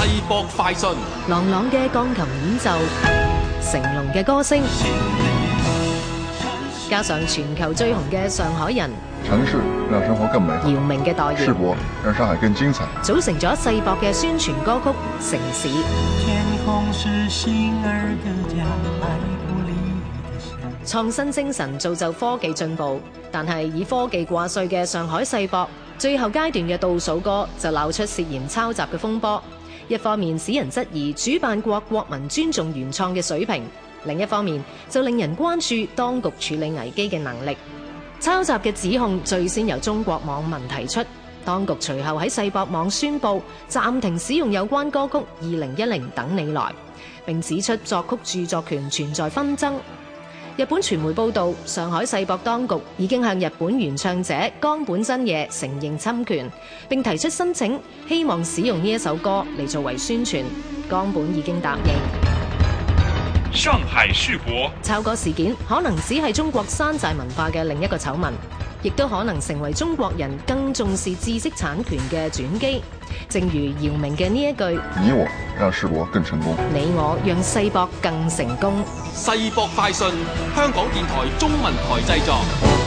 世博快訊， 朗朗嘅鋼琴演奏，成龍嘅歌聲，加上全球最紅嘅上海人， 城市讓生活更美好， 姚明嘅代言， 世博讓上海更精彩， 組成咗世博嘅宣傳歌曲《城市》。 天空是星兒的家，愛不離的家。 創新精神造就科技進步，但係以科技掛帥嘅上海世博，最後階段嘅倒數歌就鬧出涉嫌抄襲嘅風波。一方面使人質疑主辦國國民尊重原創嘅水平，另一方面就令人關注當局處理危機嘅能力。抄襲嘅指控最先由中國網民提出，當局隨後喺世博網宣布暫停使用有關歌曲《2010等你來》，並指出作曲著作權存在紛爭。日本傳媒報道，上海世博當局已經向日本原唱者岡本真也承認侵權，並提出申請，希望使用呢一首歌嚟作為宣傳。岡本已經答應。 上海世博抄歌事件可能只係中國山寨文化嘅另一個醜聞，亦都可能成為中國人更重視知識產權嘅轉機。正如姚明嘅呢一句： 你我讓世博更成功， 你我讓世博更成功。 世博快訊，香港電台中文台製作。